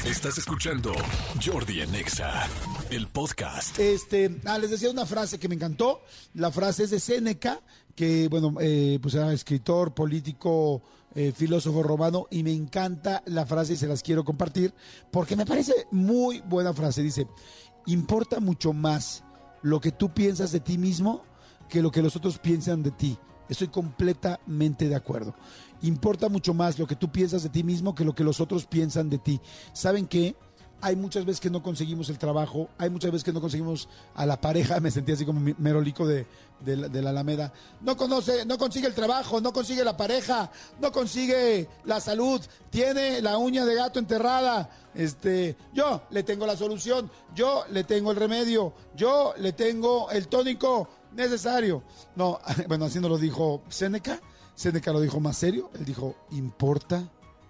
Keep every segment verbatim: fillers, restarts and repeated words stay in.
Estás escuchando Jordi en Exa, el podcast. Este, ah, les decía una frase que me encantó. La frase es de Séneca, que, bueno, eh, pues era escritor, político, eh, filósofo romano, y me encanta la frase y se las quiero compartir porque me parece muy buena frase. Dice, importa mucho más lo que tú piensas de ti mismo que lo que los otros piensan de ti. Estoy completamente de acuerdo. Importa mucho más lo que tú piensas de ti mismo que lo que los otros piensan de ti. ¿Saben qué? Hay muchas veces que no conseguimos el trabajo, hay muchas veces que no conseguimos a la pareja. Me sentí así como merolico de, de, la, de la Alameda. No conoce, no consigue el trabajo, no consigue la pareja, no consigue la salud, tiene la uña de gato enterrada. Este, yo le tengo la solución, yo le tengo el remedio, yo le tengo el tónico necesario. No, bueno, así no lo dijo Séneca. Séneca lo dijo más serio. Él dijo, importa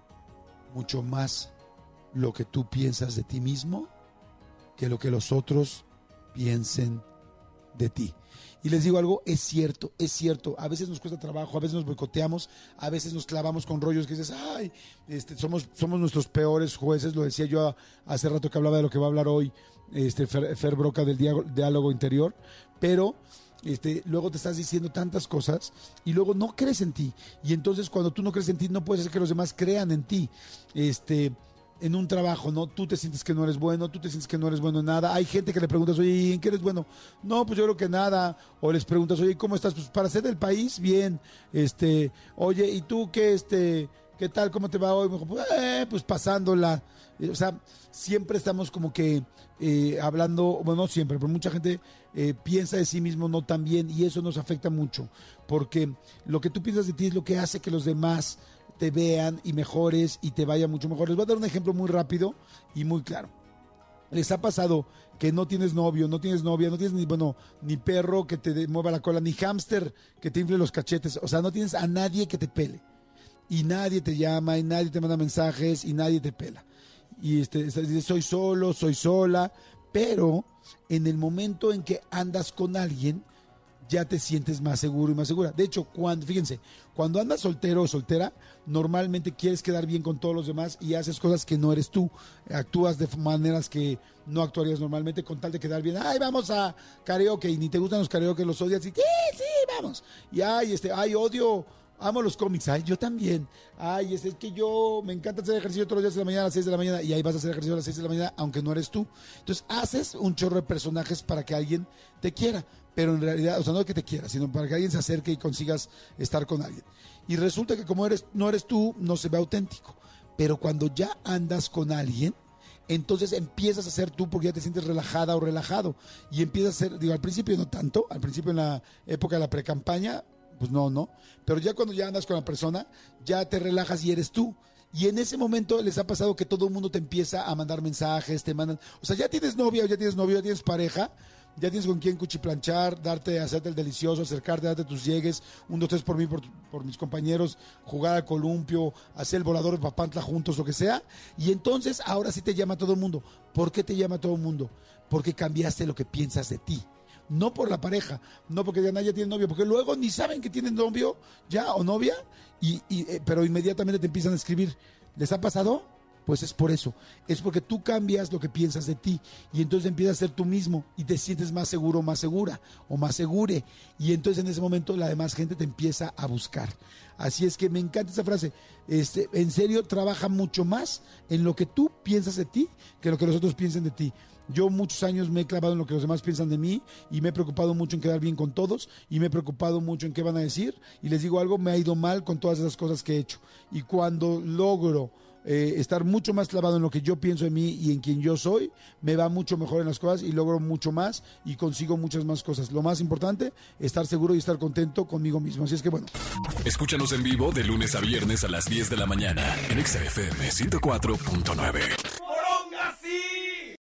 mucho más lo que tú piensas de ti mismo que lo que los otros piensen de ti. Y les digo algo, es cierto, es cierto. A veces nos cuesta trabajo, a veces nos boicoteamos, a veces nos clavamos con rollos que dices, ay, este, somos, somos nuestros peores jueces. Lo decía yo hace rato que hablaba de lo que va a hablar hoy este Fer, Fer Broca del diálogo interior. Pero Este, luego te estás diciendo tantas cosas y luego no crees en ti. Y entonces cuando tú no crees en ti, no puedes hacer que los demás crean en ti. Este, en un trabajo, ¿no? Tú te sientes que no eres bueno, tú te sientes que no eres bueno en nada. Hay gente que le preguntas, oye, ¿en qué eres bueno? No, pues yo creo que nada. O les preguntas, oye, ¿cómo estás? Pues para ser del país, bien. Este, oye, ¿y tú qué, este, qué tal? ¿Cómo te va hoy? Me dijo, pues, eh, pues pasándola. O sea, siempre estamos como que eh, hablando, bueno, no siempre, pero mucha gente eh, piensa de sí mismo no tan bien, y eso nos afecta mucho, porque lo que tú piensas de ti es lo que hace que los demás te vean y mejores y te vaya mucho mejor. Les voy a dar un ejemplo muy rápido y muy claro. ¿Les ha pasado que no tienes novio, no tienes novia, no tienes ni, bueno, ni perro que te mueva la cola, ni hámster que te infle los cachetes? O sea, no tienes a nadie que te pele, y nadie te llama, y nadie te manda mensajes, y nadie te pela. Y este, dices, soy solo, soy sola, pero en el momento en que andas con alguien, ya te sientes más seguro y más segura. De hecho, cuando, fíjense, cuando andas soltero o soltera, normalmente quieres quedar bien con todos los demás y haces cosas que no eres tú. Actúas de maneras que no actuarías normalmente con tal de quedar bien. Ay, vamos a karaoke, y ni te gustan los karaoke, los odias, y sí, sí, vamos. Y ay, este, ay, odio... amo los cómics, ay, yo también. Ay, es, es que yo me encanta hacer ejercicio todos los días de la mañana a las seis de la mañana, y ahí vas a hacer ejercicio a las seis de la mañana, aunque no eres tú. Entonces, haces un chorro de personajes para que alguien te quiera, pero en realidad, o sea, no que te quiera, sino para que alguien se acerque y consigas estar con alguien. Y resulta que como eres, no eres tú, no se ve auténtico. Pero cuando ya andas con alguien, entonces empiezas a ser tú porque ya te sientes relajada o relajado. Y empiezas a ser, digo, al principio no tanto, al principio en la época de la precampaña, pues no, no, pero ya cuando ya andas con la persona, ya te relajas y eres tú. Y en ese momento les ha pasado que todo el mundo te empieza a mandar mensajes, te mandan, o sea, ya tienes novia o ya tienes novio, ya tienes pareja, ya tienes con quien cuchiplanchar, darte, hacerte el delicioso, acercarte, darte tus llegues, un, dos, tres por mí, por, por mis compañeros, jugar al columpio, hacer el volador de Papantla juntos, lo que sea. Y entonces ahora sí te llama todo el mundo. ¿Por qué te llama todo el mundo? Porque cambiaste lo que piensas de ti. No por la pareja, no porque ya nadie tiene novio, porque luego ni saben que tienen novio ya o novia, y, y, eh, pero inmediatamente te empiezan a escribir. ¿Les ha pasado? Pues es por eso, es porque tú cambias lo que piensas de ti, y entonces empiezas a ser tú mismo y te sientes más seguro, más segura o más segure, y entonces en ese momento la demás gente te empieza a buscar. Así es que me encanta esa frase. Este, en serio, trabaja mucho más en lo que tú piensas de ti que lo que los otros piensen de ti. Yo muchos años me he clavado en lo que los demás piensan de mí, y me he preocupado mucho en quedar bien con todos, y me he preocupado mucho en qué van a decir, y les digo algo, me ha ido mal con todas esas cosas que he hecho. Y cuando logro eh, estar mucho más clavado en lo que yo pienso de mí y en quien yo soy, me va mucho mejor en las cosas y logro mucho más y consigo muchas más cosas. Lo más importante, estar seguro y estar contento conmigo mismo. Así es que bueno. Escúchanos en vivo de lunes a viernes a las diez de la mañana en Exa F M ciento cuatro punto nueve.